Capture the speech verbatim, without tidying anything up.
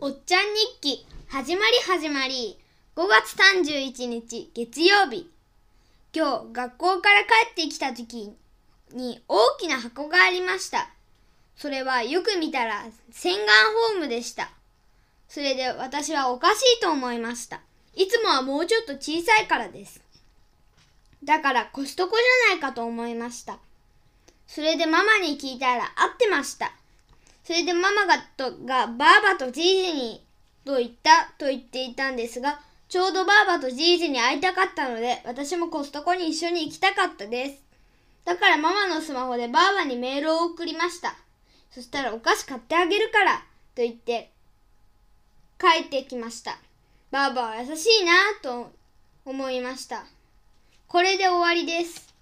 おっちゃん日記始まり始まりごがつさんじゅういちにち月曜日。今日学校から帰ってきた時に大きな箱がありました。それはよく見たら洗顔フォームでした。それで私はおかしいと思いました。いつもはもうちょっと小さいからです。だからコストコじゃないかと思いました。それでママに聞いたら合ってました。それでママがとがばあばとじいじにと言ったと言っていたんですが、ちょうどばあばとじいじに会いたかったので、私もコストコに一緒に行きたかったです。だからママのスマホでばあばにメールを送りました。そしたらお菓子買ってあげるからと言って帰ってきました。ばあばは優しいなと思いました。これで終わりです。